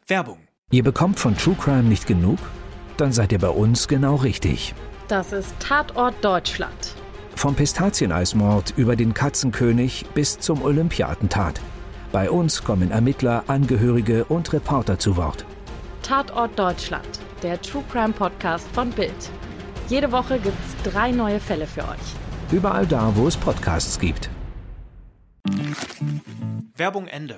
Werbung. Ihr bekommt von True Crime nicht genug? Dann seid ihr bei uns genau richtig. Das ist Tatort Deutschland. Vom Pistazieneismord über den Katzenkönig bis zum Olympiatentat. Bei uns kommen Ermittler, Angehörige und Reporter zu Wort. Tatort Deutschland, der True Crime Podcast von Bild. Jede Woche gibt's 3 neue Fälle für euch. Überall da, wo es Podcasts gibt. Werbung Ende.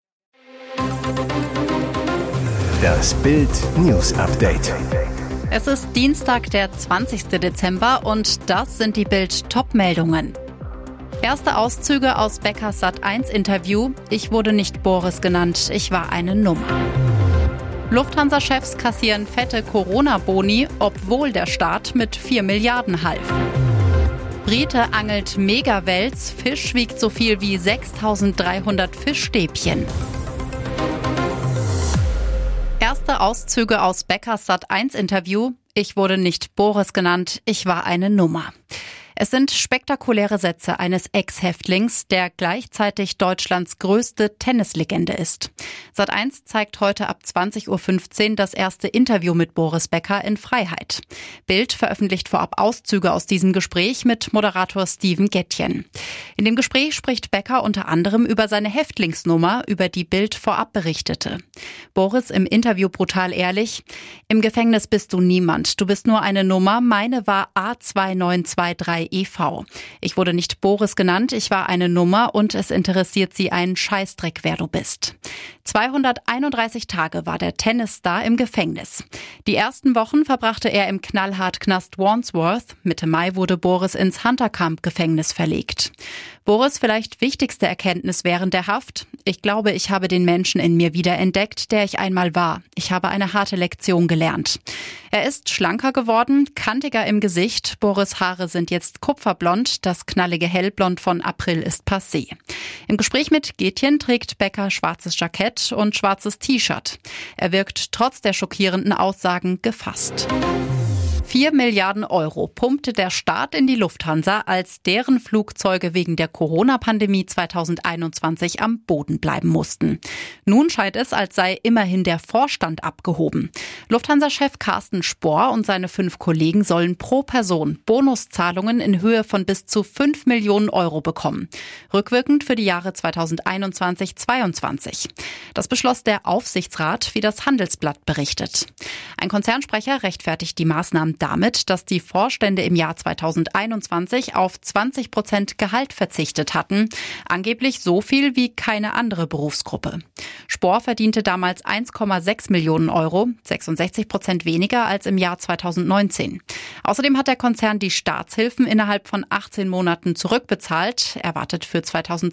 Das Bild News Update. Es ist Dienstag, der 20. Dezember und das sind die Bild-Top-Meldungen. Erste Auszüge aus Beckers Sat.1-Interview. Ich wurde nicht Boris genannt, ich war eine Nummer. Lufthansa-Chefs kassieren fette Corona-Boni, obwohl der Staat mit 4 Milliarden half. Brite angelt Megawels, Fisch wiegt so viel wie 6.300 Fischstäbchen. Erste Auszüge aus Beckers Sat.1-Interview. Ich wurde nicht Boris genannt, ich war eine Nummer. Es sind spektakuläre Sätze eines Ex-Häftlings, der gleichzeitig Deutschlands größte Tennislegende ist. Sat.1 zeigt heute ab 20.15 Uhr das erste Interview mit Boris Becker in Freiheit. Bild veröffentlicht vorab Auszüge aus diesem Gespräch mit Moderator Steven Gätjen. In dem Gespräch spricht Becker unter anderem über seine Häftlingsnummer, über die Bild vorab berichtete. Boris im Interview brutal ehrlich: Im Gefängnis bist du niemand, du bist nur eine Nummer, meine war A2923 e.V. Ich wurde nicht Boris genannt, ich war eine Nummer und es interessiert sie einen Scheißdreck, wer du bist. 231 Tage war der Tennisstar im Gefängnis. Die ersten Wochen verbrachte er im Knallhart-Knast Wandsworth. Mitte Mai wurde Boris ins Hunterkamp-Gefängnis verlegt. Boris' vielleicht wichtigste Erkenntnis während der Haft: Ich glaube, ich habe den Menschen in mir wieder entdeckt, der ich einmal war. Ich habe eine harte Lektion gelernt. Er ist schlanker geworden, kantiger im Gesicht. Boris' Haare sind jetzt kupferblond, das knallige Hellblond von April ist passé. Im Gespräch mit Gätjen trägt Becker schwarzes Jackett und schwarzes T-Shirt. Er wirkt trotz der schockierenden Aussagen gefasst. 4 Milliarden Euro pumpte der Staat in die Lufthansa, als deren Flugzeuge wegen der Corona-Pandemie 2021 am Boden bleiben mussten. Nun scheint es, als sei immerhin der Vorstand abgehoben. Lufthansa-Chef Carsten Spohr und seine 5 Kollegen sollen pro Person Bonuszahlungen in Höhe von bis zu 5 Millionen Euro bekommen. Rückwirkend für die Jahre 2021-22. Das beschloss der Aufsichtsrat, wie das Handelsblatt berichtet. Ein Konzernsprecher rechtfertigt die Maßnahmen damit, dass die Vorstände im Jahr 2021 auf 20% Gehalt verzichtet hatten. Angeblich so viel wie keine andere Berufsgruppe. Spohr verdiente damals 1,6 Millionen Euro, 66% weniger als im Jahr 2019. Außerdem hat der Konzern die Staatshilfen innerhalb von 18 Monaten zurückbezahlt. Erwartet für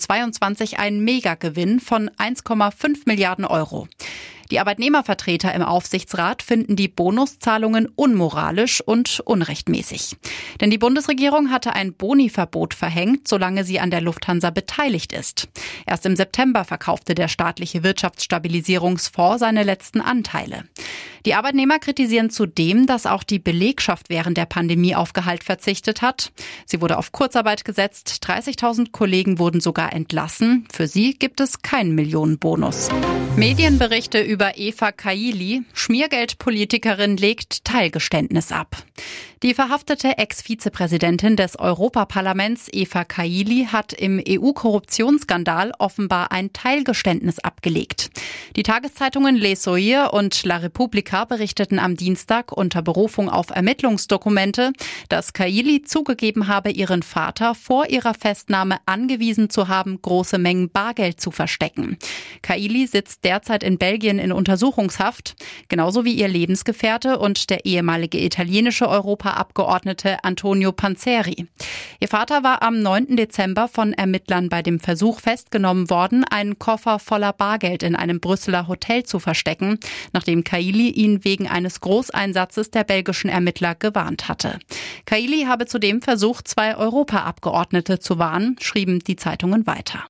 2022 einen Megagewinn von 1,5 Milliarden Euro. Die Arbeitnehmervertreter im Aufsichtsrat finden die Bonuszahlungen unmoralisch und unrechtmäßig. Denn die Bundesregierung hatte ein Boniverbot verhängt, solange sie an der Lufthansa beteiligt ist. Erst im September verkaufte der staatliche Wirtschaftsstabilisierungsfonds seine letzten Anteile. Die Arbeitnehmer kritisieren zudem, dass auch die Belegschaft während der Pandemie auf Gehalt verzichtet hat. Sie wurde auf Kurzarbeit gesetzt, 30.000 Kollegen wurden sogar entlassen. Für sie gibt es keinen Millionenbonus. Medienberichte über Eva Kaili: Schmiergeldpolitikerin legt Teilgeständnis ab. Die verhaftete Ex-Vizepräsidentin des Europaparlaments Eva Kaili hat im EU-Korruptionsskandal offenbar ein Teilgeständnis abgelegt. Die Tageszeitungen Le Soir und La Repubblica berichteten am Dienstag unter Berufung auf Ermittlungsdokumente, dass Kaili zugegeben habe, ihren Vater vor ihrer Festnahme angewiesen zu haben, große Mengen Bargeld zu verstecken. Kaili sitzt derzeit in Belgien in Untersuchungshaft, genauso wie ihr Lebensgefährte und der ehemalige italienische Europaabgeordnete Antonio Panzeri. Ihr Vater war am 9. Dezember von Ermittlern bei dem Versuch festgenommen worden, einen Koffer voller Bargeld in einem Brüsseler Hotel zu verstecken, nachdem Kaili ihn wegen eines Großeinsatzes der belgischen Ermittler gewarnt hatte. Kaili habe zudem versucht, 2 Europaabgeordnete zu warnen, schrieben die Zeitungen weiter.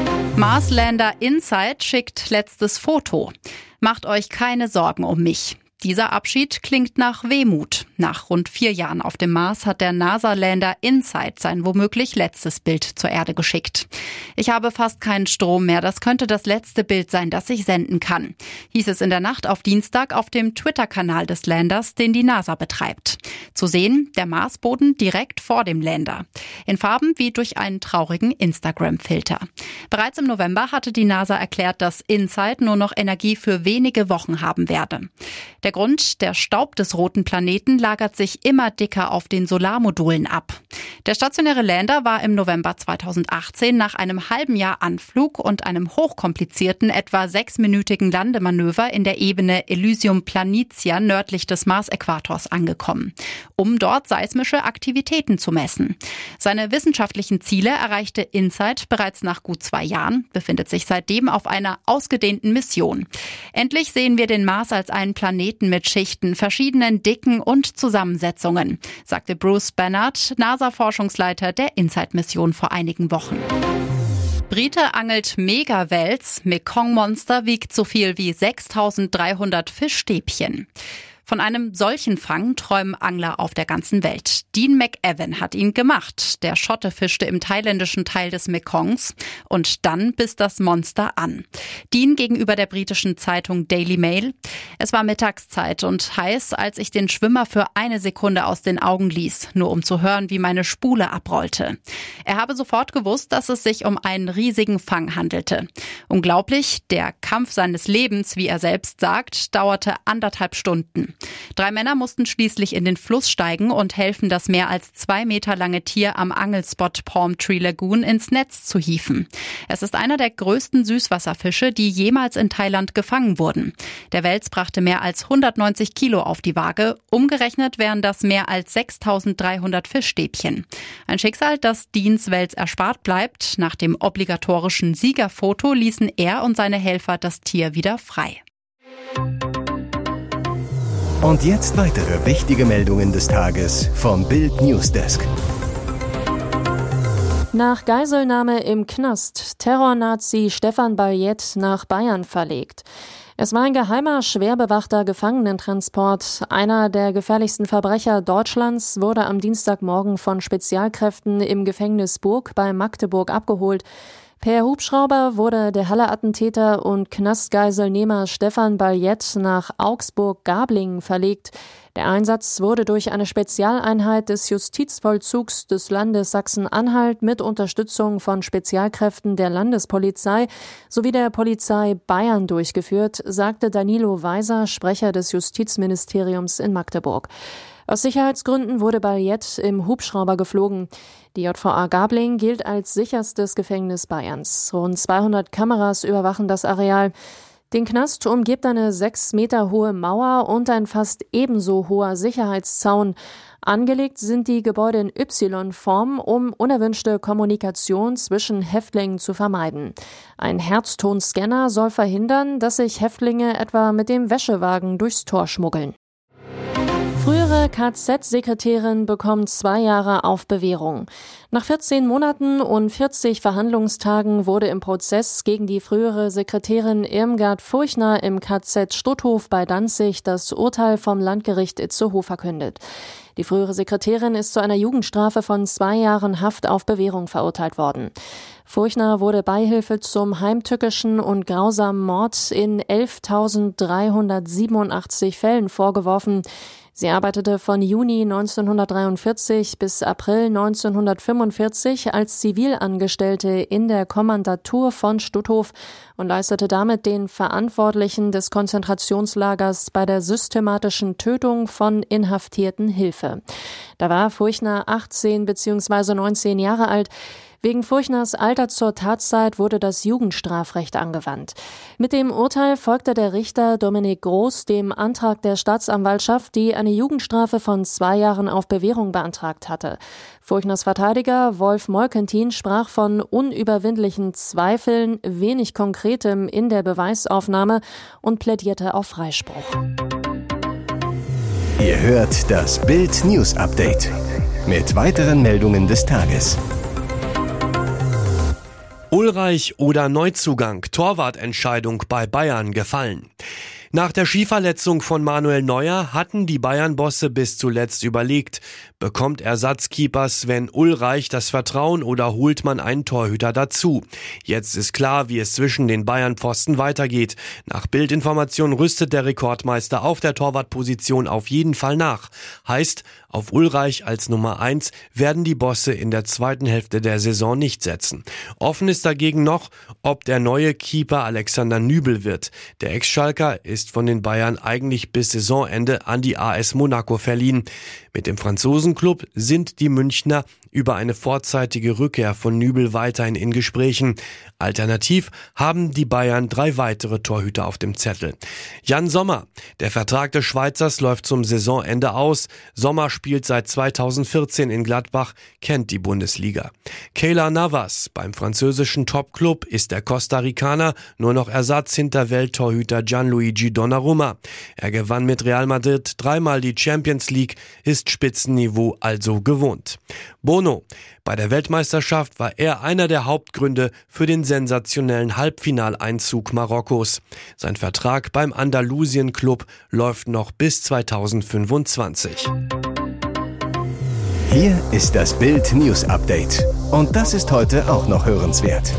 Mars Lander Insight schickt letztes Foto. Macht euch keine Sorgen um mich. Dieser Abschied klingt nach Wehmut. Nach rund 4 Jahren auf dem Mars hat der NASA-Lander InSight sein womöglich letztes Bild zur Erde geschickt. Ich habe fast keinen Strom mehr. Das könnte das letzte Bild sein, das ich senden kann, hieß es in der Nacht auf Dienstag auf dem Twitter-Kanal des Landers, den die NASA betreibt. Zu sehen, der Marsboden direkt vor dem Lander. In Farben wie durch einen traurigen Instagram-Filter. Bereits im November hatte die NASA erklärt, dass InSight nur noch Energie für wenige Wochen haben werde. Der Grund, der Staub des roten Planeten lagert sich immer dicker auf den Solarmodulen ab. Der stationäre Lander war im November 2018 nach einem halben Jahr Anflug und einem hochkomplizierten, etwa 6-minütigen Landemanöver in der Ebene Elysium Planitia nördlich des Mars-Äquators angekommen, um dort seismische Aktivitäten zu messen. Seine wissenschaftlichen Ziele erreichte InSight bereits nach gut 2 Jahren, befindet sich seitdem auf einer ausgedehnten Mission. Endlich sehen wir den Mars als einen Planeten mit Schichten, verschiedenen Dicken und Zusammensetzungen, sagte Bruce Bernard, NASA-Forschungsleiter der InSight-Mission vor einigen Wochen. Brite angelt Megawels, Mekong-Monster wiegt so viel wie 6.300 Fischstäbchen. Von einem solchen Fang träumen Angler auf der ganzen Welt. Dean McEwan hat ihn gemacht. Der Schotte fischte im thailändischen Teil des Mekongs und dann biss das Monster an. Dean gegenüber der britischen Zeitung Daily Mail: Es war Mittagszeit und heiß, als ich den Schwimmer für 1 Sekunde aus den Augen ließ, nur um zu hören, wie meine Spule abrollte. Er habe sofort gewusst, dass es sich um einen riesigen Fang handelte. Unglaublich, der Kampf seines Lebens, wie er selbst sagt, dauerte 1,5 Stunden. 3 Männer mussten schließlich in den Fluss steigen und helfen, das mehr als 2 Meter lange Tier am Angelspot Palm Tree Lagoon ins Netz zu hieven. Es ist einer der größten Süßwasserfische, die jemals in Thailand gefangen wurden. Der Wels brachte mehr als 190 Kilo auf die Waage. Umgerechnet wären das mehr als 6.300 Fischstäbchen. Ein Schicksal, das Deans Wels erspart bleibt. Nach dem obligatorischen Siegerfoto ließen er und seine Helfer das Tier wieder frei. Und jetzt weitere wichtige Meldungen des Tages vom Bild Newsdesk. Nach Geiselnahme im Knast, Terrornazi Stefan Baljet nach Bayern verlegt. Es war ein geheimer, schwer bewachter Gefangenentransport. Einer der gefährlichsten Verbrecher Deutschlands wurde am Dienstagmorgen von Spezialkräften im Gefängnis Burg bei Magdeburg abgeholt. Per Hubschrauber wurde der Halle-Attentäter und Knastgeiselnehmer Stefan Baljet nach Augsburg-Gablingen verlegt. Der Einsatz wurde durch eine Spezialeinheit des Justizvollzugs des Landes Sachsen-Anhalt mit Unterstützung von Spezialkräften der Landespolizei sowie der Polizei Bayern durchgeführt, sagte Danilo Weiser, Sprecher des Justizministeriums in Magdeburg. Aus Sicherheitsgründen wurde Baljet im Hubschrauber geflogen. Die JVA Gabling gilt als sicherstes Gefängnis Bayerns. Rund 200 Kameras überwachen das Areal. Den Knast umgibt eine 6 Meter hohe Mauer und ein fast ebenso hoher Sicherheitszaun. Angelegt sind die Gebäude in Y-Form, um unerwünschte Kommunikation zwischen Häftlingen zu vermeiden. Ein Herztonscanner soll verhindern, dass sich Häftlinge etwa mit dem Wäschewagen durchs Tor schmuggeln. Frühere KZ-Sekretärin bekommt 2 Jahre auf Bewährung. Nach 14 Monaten und 40 Verhandlungstagen wurde im Prozess gegen die frühere Sekretärin Irmgard Furchner im KZ Stutthof bei Danzig das Urteil vom Landgericht Itzehoe verkündet. Die frühere Sekretärin ist zu einer Jugendstrafe von 2 Jahren Haft auf Bewährung verurteilt worden. Furchner wurde Beihilfe zum heimtückischen und grausamen Mord in 11.387 Fällen vorgeworfen. Sie arbeitete von Juni 1943 bis April 1945 als Zivilangestellte in der Kommandatur von Stutthof und leistete damit den Verantwortlichen des Konzentrationslagers bei der systematischen Tötung von Inhaftierten Hilfe. Da war Furchner 18 bzw. 19 Jahre alt. Wegen Furchners Alter zur Tatzeit wurde das Jugendstrafrecht angewandt. Mit dem Urteil folgte der Richter Dominik Groß dem Antrag der Staatsanwaltschaft, die eine Jugendstrafe von 2 Jahren auf Bewährung beantragt hatte. Furchners Verteidiger Wolf Molkentin sprach von unüberwindlichen Zweifeln, wenig Konkretem in der Beweisaufnahme und plädierte auf Freispruch. Ihr hört das Bild News Update mit weiteren Meldungen des Tages. Ulreich oder Neuzugang, Torwartentscheidung bei Bayern gefallen. Nach der Skiverletzung von Manuel Neuer hatten die Bayern-Bosse bis zuletzt überlegt, bekommt Ersatzkeeper Sven Ulreich das Vertrauen oder holt man einen Torhüter dazu? Jetzt ist klar, wie es zwischen den Bayern-Pfosten weitergeht. Nach Bildinformation rüstet der Rekordmeister auf der Torwartposition auf jeden Fall nach. Heißt, auf Ulreich als Nummer 1 werden die Bosse in der zweiten Hälfte der Saison nicht setzen. Offen ist dagegen noch, ob der neue Keeper Alexander Nübel wird. Der Ex-Schalker ist von den Bayern eigentlich bis Saisonende an die AS Monaco verliehen. Mit dem Franzosenklub sind die Münchner über eine vorzeitige Rückkehr von Nübel weiterhin in Gesprächen. Alternativ haben die Bayern 3 weitere Torhüter auf dem Zettel. Jan Sommer, der Vertrag des Schweizers läuft zum Saisonende aus. Sommer spielt seit 2014 in Gladbach, kennt die Bundesliga. Keylor Navas, beim französischen Topclub ist der Costa Ricaner nur noch Ersatz hinter Welttorhüter Gianluigi Donnarumma. Er gewann mit Real Madrid 3-mal die Champions League, ist Spitzenniveau also gewohnt. Bono, bei der Weltmeisterschaft war er einer der Hauptgründe für den sensationellen Halbfinaleinzug Marokkos. Sein Vertrag beim Andalusien-Club läuft noch bis 2025. Hier ist das Bild News Update. Und das ist heute auch noch hörenswert.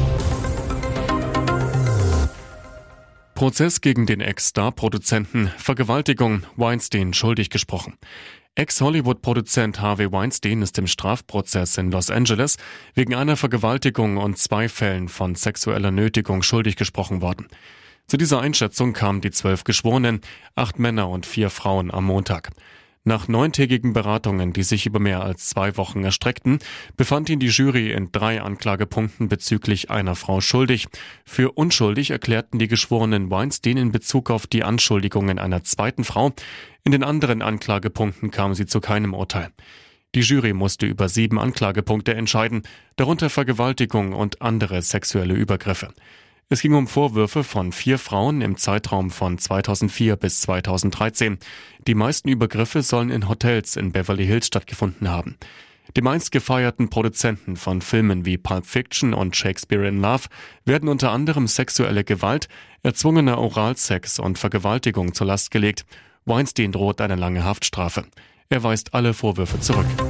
Prozess gegen den Ex-Star-Produzenten, Vergewaltigung, Weinstein schuldig gesprochen. Ex-Hollywood-Produzent Harvey Weinstein ist im Strafprozess in Los Angeles wegen einer Vergewaltigung und 2 Fällen von sexueller Nötigung schuldig gesprochen worden. Zu dieser Einschätzung kamen die 12 Geschworenen, 8 Männer und 4 Frauen am Montag. Nach 9-tägigen Beratungen, die sich über mehr als 2 Wochen erstreckten, befand ihn die Jury in 3 Anklagepunkten bezüglich einer Frau schuldig. Für unschuldig erklärten die Geschworenen Weinstein in Bezug auf die Anschuldigungen einer zweiten Frau. In den anderen Anklagepunkten kam sie zu keinem Urteil. Die Jury musste über 7 Anklagepunkte entscheiden, darunter Vergewaltigung und andere sexuelle Übergriffe. Es ging um Vorwürfe von 4 Frauen im Zeitraum von 2004 bis 2013. Die meisten Übergriffe sollen in Hotels in Beverly Hills stattgefunden haben. Dem einst gefeierten Produzenten von Filmen wie Pulp Fiction und Shakespeare in Love werden unter anderem sexuelle Gewalt, erzwungener Oralsex und Vergewaltigung zur Last gelegt. Weinstein droht eine lange Haftstrafe. Er weist alle Vorwürfe zurück.